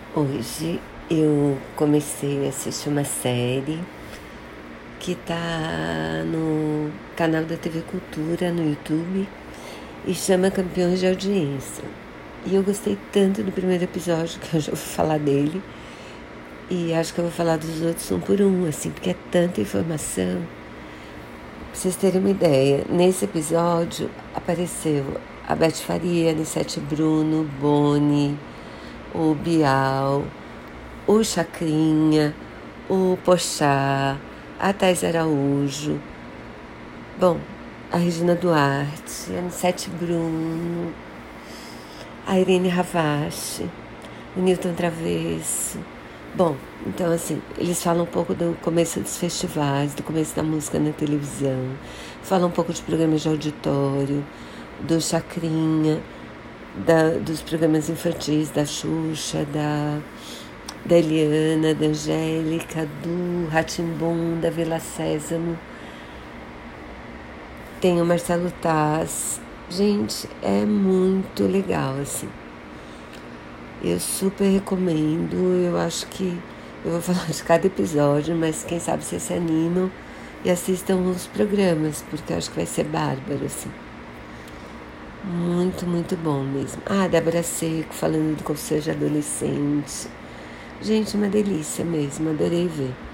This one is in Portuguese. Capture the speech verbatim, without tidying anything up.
Hoje eu comecei a assistir uma série que tá no canal da T V Cultura no YouTube e chama Campeões de Audiência. E eu gostei tanto do primeiro episódio que eu já vou falar dele e acho que eu vou falar dos outros um por um, assim, porque é tanta informação. Pra vocês terem uma ideia, nesse episódio apareceu a Beth Faria, a Anissete Bruno, Boni, o Bial, o Chacrinha, o Pochá, a Thais Araújo, bom, a Regina Duarte, a Anissete Bruno, a Irene Ravache, o Newton Travesso. Bom, então assim, eles falam um pouco do começo dos festivais, do começo da música na televisão, falam um pouco de programas de auditório, do Chacrinha, da, dos programas infantis, da Xuxa, da, da Eliana, da Angélica, do Rá-Tim-Bum, da Vila Sésamo. Tem o Marcelo Taz. Gente, é muito legal, assim. Eu super recomendo, eu acho que eu vou falar de cada episódio, mas quem sabe vocês se animam e assistam os programas, porque eu acho que vai ser bárbaro, assim. Muito, muito bom mesmo. Ah, Débora Seco falando do conselho de adolescente. Gente, uma delícia mesmo, adorei ver.